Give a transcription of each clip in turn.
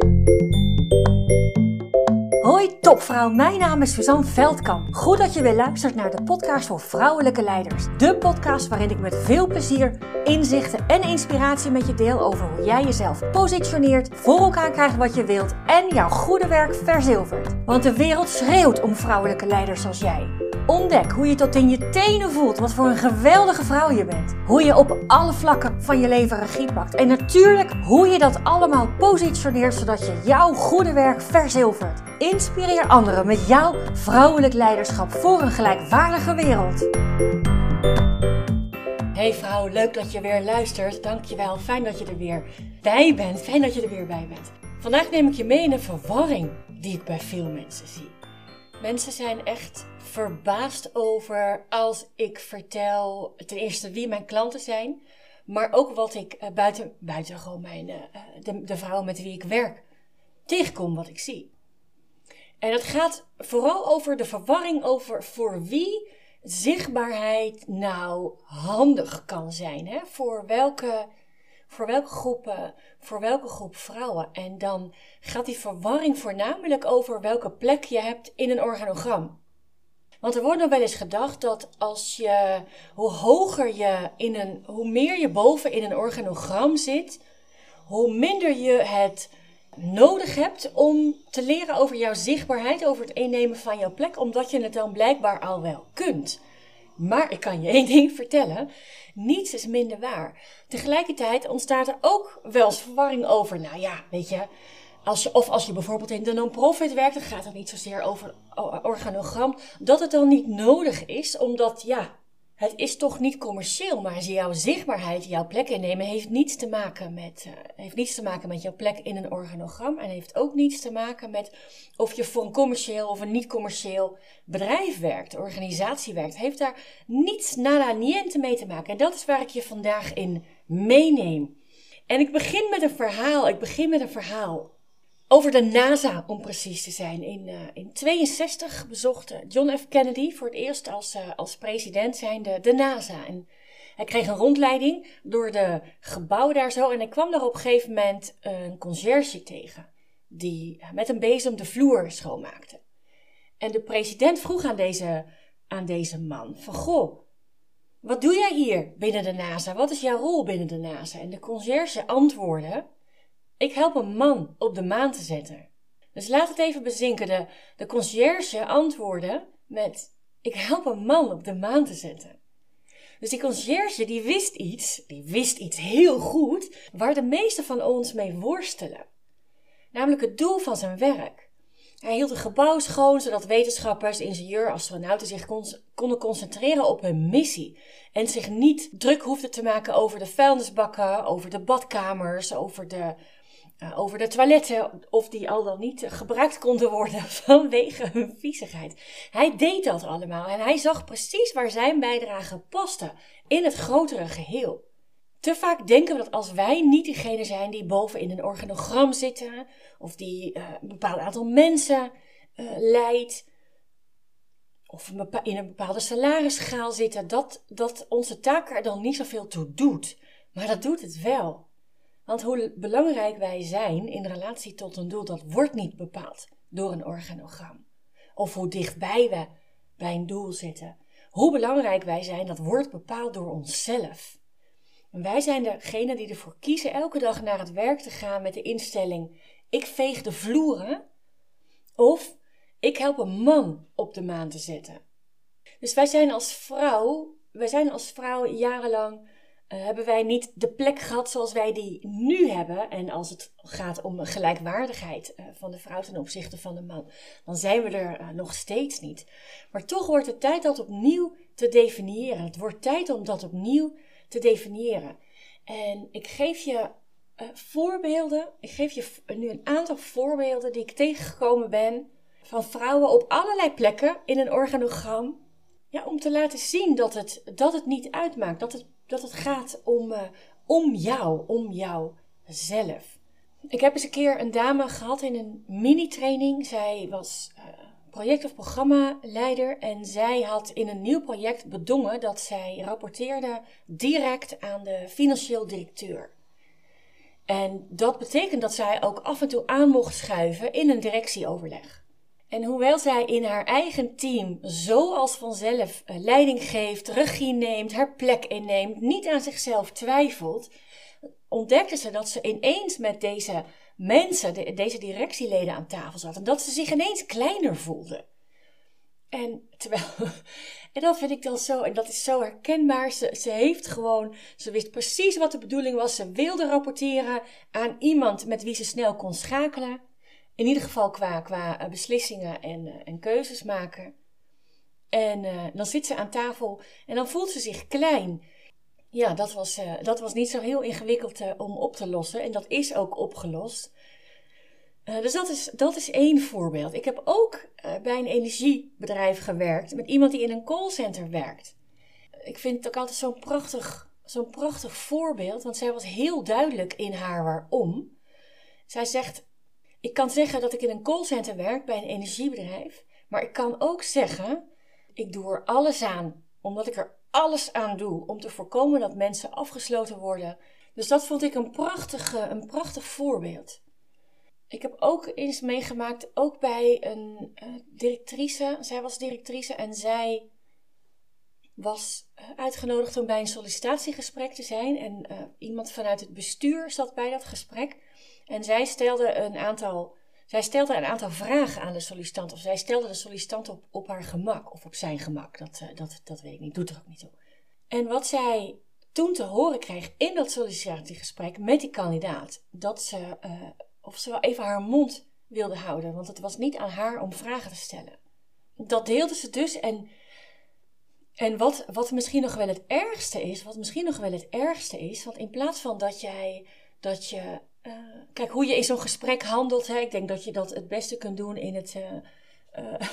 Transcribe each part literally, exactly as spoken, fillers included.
Hoi topvrouw, mijn naam is Suzanne Veldkamp. Goed dat je weer luistert naar de podcast voor vrouwelijke leiders. De podcast waarin ik met veel plezier, inzichten en inspiratie met je deel over hoe jij jezelf positioneert, voor elkaar krijgt wat je wilt en jouw goede werk verzilvert. Want de wereld schreeuwt om vrouwelijke leiders zoals jij. Ontdek hoe je tot in je tenen voelt wat voor een geweldige vrouw je bent. Hoe je op alle vlakken van je leven regie pakt. En natuurlijk hoe je dat allemaal positioneert zodat je jouw goede werk verzilvert. Inspireer anderen met jouw vrouwelijk leiderschap voor een gelijkwaardige wereld. Hey vrouw, leuk dat je weer luistert. Dankjewel, fijn dat je er weer bij bent. Fijn dat je er weer bij bent. Vandaag neem ik je mee in een verwarring die ik bij veel mensen zie. Mensen zijn echt verbaasd over als ik vertel ten eerste wie mijn klanten zijn, maar ook wat ik uh, buiten, buiten gewoon mijn, uh, de, de vrouwen met wie ik werk tegenkom, wat ik zie. En het gaat vooral over de verwarring over voor wie zichtbaarheid nou handig kan zijn. Hè? Voor welke, voor welke groepen, voor welke groep vrouwen. En dan gaat die verwarring voornamelijk over welke plek je hebt in een organogram. Want er wordt nog wel eens gedacht dat als je, hoe hoger je in een, hoe meer je boven in een organogram zit, hoe minder je het nodig hebt om te leren over jouw zichtbaarheid, over het innemen van jouw plek, omdat je het dan blijkbaar al wel kunt. Maar ik kan je één ding vertellen, niets is minder waar. Tegelijkertijd ontstaat er ook wel eens verwarring over, nou ja, weet je, als je, of als je bijvoorbeeld in de non-profit werkt, dan gaat het niet zozeer over organogram, dat het dan niet nodig is, omdat ja, het is toch niet commercieel, maar jouw zichtbaarheid, jouw plek innemen, heeft niets te maken met, uh, heeft niets te maken met jouw plek in een organogram. En heeft ook niets te maken met of je voor een commercieel of een niet-commercieel bedrijf werkt, organisatie werkt. Heeft daar niets, nada, niente mee te maken. En dat is waar ik je vandaag in meeneem. En ik begin met een verhaal, ik begin met een verhaal over de NASA, om precies te zijn. In, uh, in tweeënzestig bezocht John F. Kennedy voor het eerst als, uh, als president zijnde de NASA. En hij kreeg een rondleiding door de gebouwen daar zo. En hij kwam daar op een gegeven moment een conciërge tegen, die met een bezem de vloer schoonmaakte. En de president vroeg aan deze, aan deze man van, goh, wat doe jij hier binnen de NASA? Wat is jouw rol binnen de NASA? En de conciërge antwoordde, ik help een man op de maan te zetten. Dus laat het even bezinken. De, de conciërge antwoordde met, ik help een man op de maan te zetten. Dus die conciërge die wist iets, die wist iets heel goed, waar de meesten van ons mee worstelen. Namelijk het doel van zijn werk. Hij hield het gebouw schoon, zodat wetenschappers, ingenieurs, astronauten zich kon, konden concentreren op hun missie. En zich niet druk hoefden te maken over de vuilnisbakken, over de badkamers, over de, uh, over de toiletten, of die al dan niet gebruikt konden worden vanwege hun viezigheid. Hij deed dat allemaal en hij zag precies waar zijn bijdrage paste in het grotere geheel. Te vaak denken we dat als wij niet diegene zijn die boven in een organogram zitten, of die uh, een bepaald aantal mensen uh, leidt, of in een bepaalde salarisschaal zitten, dat, dat onze taak er dan niet zoveel toe doet. Maar dat doet het wel. Want hoe belangrijk wij zijn in relatie tot een doel, dat wordt niet bepaald door een organogram. Of hoe dichtbij we bij een doel zitten. Hoe belangrijk wij zijn, dat wordt bepaald door onszelf. En wij zijn degene die ervoor kiezen elke dag naar het werk te gaan met de instelling, ik veeg de vloeren, of ik help een man op de maan te zetten. Dus wij zijn als vrouw, wij zijn als vrouw jarenlang, uh, hebben wij niet de plek gehad zoals wij die nu hebben. En als het gaat om gelijkwaardigheid uh, van de vrouw ten opzichte van de man, dan zijn we er uh, nog steeds niet. Maar toch wordt het tijd dat opnieuw te definiëren. Het wordt tijd om dat opnieuw te definiëren. En ik geef je uh, voorbeelden, ik geef je nu een aantal voorbeelden die ik tegengekomen ben van vrouwen op allerlei plekken in een organogram. Ja, om te laten zien dat het, dat het niet uitmaakt, dat het, dat het gaat om, uh, om jou, om jouzelf. Ik heb eens een keer een dame gehad in een mini-training. Zij was uh, project- of programmaleider en zij had in een nieuw project bedongen dat zij rapporteerde direct aan de financieel directeur. En dat betekent dat zij ook af en toe aan mocht schuiven in een directieoverleg. En hoewel zij in haar eigen team zo als vanzelf leiding geeft, regie neemt, haar plek inneemt, niet aan zichzelf twijfelt, ontdekte ze dat ze ineens met deze mensen, de, deze directieleden aan tafel zat. En dat ze zich ineens kleiner voelde. En terwijl, en dat vind ik dan zo, en dat is zo herkenbaar. Ze, ze heeft gewoon, ze wist precies wat de bedoeling was. Ze wilde rapporteren aan iemand met wie ze snel kon schakelen. In ieder geval qua, qua beslissingen en, uh, en keuzes maken. En uh, dan zit ze aan tafel en dan voelt ze zich klein. Ja, dat was, uh, dat was niet zo heel ingewikkeld uh, om op te lossen. En dat is ook opgelost. Uh, dus dat is, dat is één voorbeeld. Ik heb ook uh, bij een energiebedrijf gewerkt met iemand die in een callcenter werkt. Ik vind het ook altijd zo'n prachtig, zo'n prachtig voorbeeld, want zij was heel duidelijk in haar waarom. Zij zegt, ik kan zeggen dat ik in een callcenter werk bij een energiebedrijf, maar ik kan ook zeggen, ik doe er alles aan, omdat ik er alles aan doe om te voorkomen dat mensen afgesloten worden. Dus dat vond ik een prachtig, een prachtig voorbeeld. Ik heb ook eens meegemaakt, ook bij een uh, directrice. Zij was directrice en zij was uh, uitgenodigd om bij een sollicitatiegesprek te zijn. En uh, iemand vanuit het bestuur zat bij dat gesprek. En zij stelde een aantal, zij stelde een aantal vragen aan de sollicitant. Of zij stelde de sollicitant op, op haar gemak of op zijn gemak. Dat, uh, dat, dat weet ik niet, doet er ook niet toe. En wat zij toen te horen kreeg in dat sollicitatiegesprek met die kandidaat, dat ze... Uh, Of ze wel even haar mond wilde houden. Want het was niet aan haar om vragen te stellen. Dat deelde ze dus. En, en wat, wat misschien nog wel het ergste is. Wat misschien nog wel het ergste is. Want in plaats van dat jij. Dat je. Uh, kijk, hoe je in zo'n gesprek handelt. Hè, ik denk dat je dat het beste kunt doen in het. Uh, uh,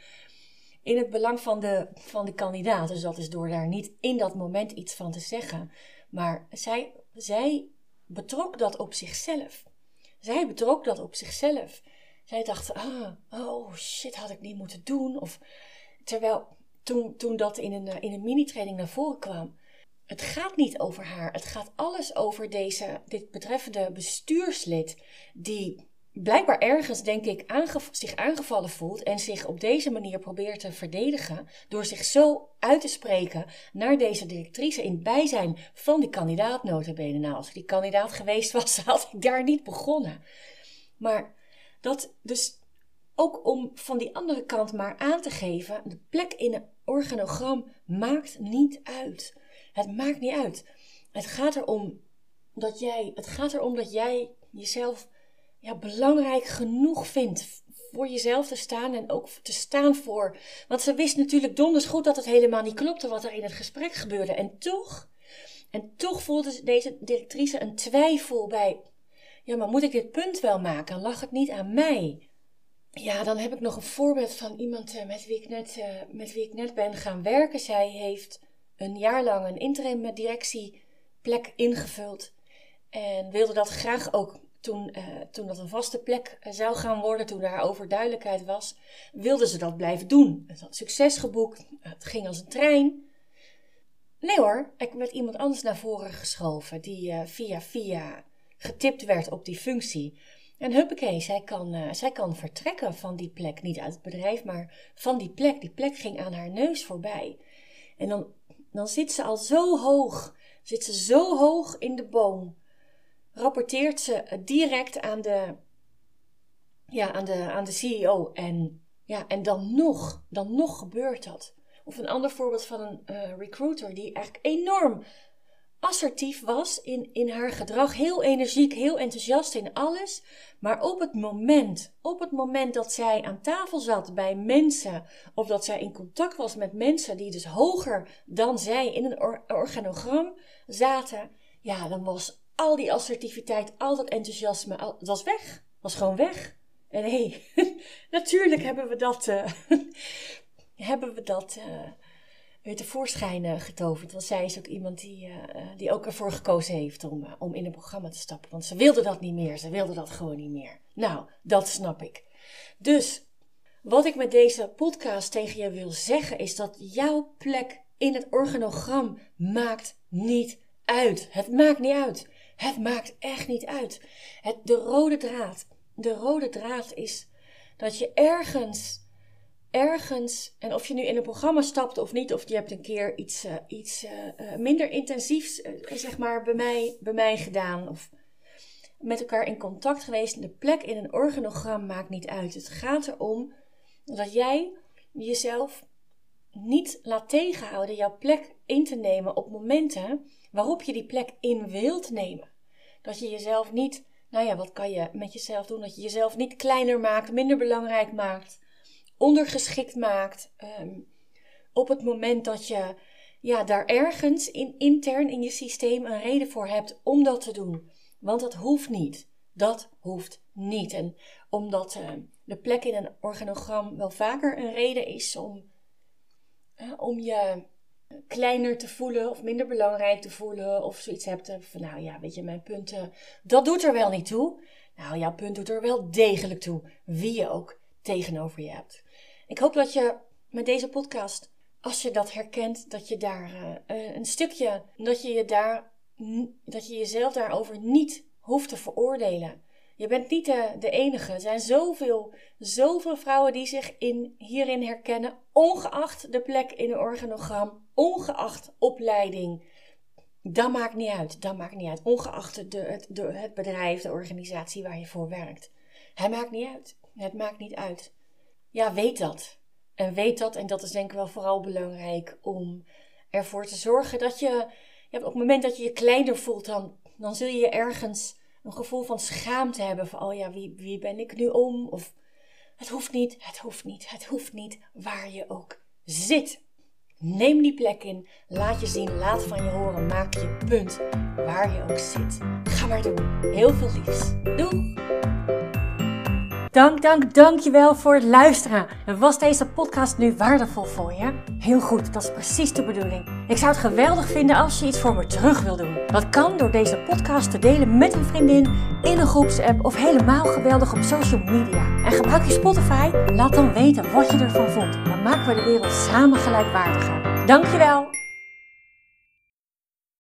in het belang van de, van de kandidaat. Dus dat is door daar niet in dat moment iets van te zeggen. Maar zij, zij betrok dat op zichzelf. Zij betrok dat op zichzelf. Zij dacht, ah, oh shit, had ik niet moeten doen. Of, terwijl toen, toen dat in een, in een mini-training naar voren kwam. Het gaat niet over haar. Het gaat alles over deze, dit betreffende bestuurslid. Die blijkbaar ergens, denk ik, aangev- zich aangevallen voelt. En zich op deze manier probeert te verdedigen. Door zich zo uit te spreken naar deze directrice in bijzijn van die kandidaat nota bene. Nou, als ik die kandidaat geweest was, had ik daar niet begonnen. Maar dat dus ook om van die andere kant maar aan te geven, de plek in een organogram maakt niet uit. Het maakt niet uit. Het gaat erom dat jij, het gaat erom dat jij jezelf ja, belangrijk genoeg vindt voor jezelf te staan en ook te staan voor. Want ze wist natuurlijk donders goed dat het helemaal niet klopte wat er in het gesprek gebeurde. En toch, en toch voelde deze directrice een twijfel bij, ja, maar moet ik dit punt wel maken? Lag het niet aan mij? Ja, dan heb ik nog een voorbeeld van iemand met wie ik net, uh, met wie ik net ben gaan werken. Zij heeft een jaar lang een interim directieplek ingevuld en wilde dat graag ook. Toen, uh, toen dat een vaste plek uh, zou gaan worden, toen daarover duidelijkheid was, wilde ze dat blijven doen. Het had succes geboekt, uh, het ging als een trein. Nee hoor, ik werd iemand anders naar voren geschoven, die uh, via via getipt werd op die functie. En huppakee, zij kan, uh, zij kan vertrekken van die plek, niet uit het bedrijf, maar van die plek. Die plek ging aan haar neus voorbij. En dan, dan zit ze al zo hoog, zit ze zo hoog in de boom. Rapporteert ze direct aan de, ja, aan de, aan de C E O. En, ja, en dan nog, dan nog gebeurt dat. Of een ander voorbeeld van een uh, recruiter die eigenlijk enorm assertief was in, in haar gedrag. Heel energiek, heel enthousiast in alles. Maar op het moment, op het moment dat zij aan tafel zat bij mensen, of dat zij in contact was met mensen die dus hoger dan zij in een or- organogram zaten, ja, dan was al die assertiviteit, al dat enthousiasme, al, het was weg. Was gewoon weg. En hé, hey, natuurlijk hebben we dat, uh, hebben we dat uh, weer tevoorschijn uh, getoverd. Want zij is ook iemand die, uh, die ook ervoor gekozen heeft om, uh, om in een programma te stappen. Want ze wilde dat niet meer. Ze wilde dat gewoon niet meer. Nou, dat snap ik. Dus wat ik met deze podcast tegen je wil zeggen is dat jouw plek in het organogram maakt niet uit. Het maakt niet uit. Het maakt echt niet uit. Het, de rode draad. De rode draad is dat je ergens, ergens, en of je nu in een programma stapt of niet, of je hebt een keer iets, uh, iets uh, minder intensiefs, uh, zeg maar, bij mij, bij mij gedaan, of met elkaar in contact geweest. De plek in een organogram maakt niet uit. Het gaat erom dat jij jezelf niet laat tegenhouden jouw plek in te nemen op momenten waarop je die plek in wilt nemen. Dat je jezelf niet, nou ja, wat kan je met jezelf doen? Dat je jezelf niet kleiner maakt, minder belangrijk maakt, ondergeschikt maakt. Um, op het moment dat je ja, daar ergens in, intern in je systeem een reden voor hebt om dat te doen. Want dat hoeft niet. Dat hoeft niet. En omdat uh, de plek in een organogram wel vaker een reden is om, uh, om je kleiner te voelen of minder belangrijk te voelen. Of zoiets hebt van, nou ja, weet je, mijn punten, dat doet er wel niet toe. Nou, jouw punt doet er wel degelijk toe. Wie je ook tegenover je hebt. Ik hoop dat je met deze podcast, als je dat herkent, dat je daar uh, een stukje, dat je je daar, dat je jezelf daarover niet hoeft te veroordelen. Je bent niet de, de enige. Er zijn zoveel, zoveel vrouwen die zich in, hierin herkennen, ongeacht de plek in een organogram, ongeacht opleiding. Dat maakt niet uit. Dat maakt niet uit. Ongeacht de, het, de, het bedrijf, de organisatie waar je voor werkt. Het maakt niet uit. Het maakt niet uit. Ja, weet dat. En weet dat, en dat is denk ik wel vooral belangrijk om ervoor te zorgen dat je, ja, op het moment dat je je kleiner voelt, dan, dan zul je ergens een gevoel van schaamte hebben. Van, oh ja, wie, wie ben ik nu om? Of, het hoeft niet, het hoeft niet, het hoeft niet, waar je ook zit. Neem die plek in, laat je zien, laat van je horen, maak je punt, waar je ook zit. Ga maar doen. Heel veel liefs. Doei! Dank, dank, dank je wel voor het luisteren. Was deze podcast nu waardevol voor je? Heel goed, dat is precies de bedoeling. Ik zou het geweldig vinden als je iets voor me terug wil doen. Dat kan door deze podcast te delen met een vriendin, in een groepsapp of helemaal geweldig op social media. En gebruik je Spotify? Laat dan weten wat je ervan vond. Dan maken we de wereld samen gelijkwaardiger. Dank je wel.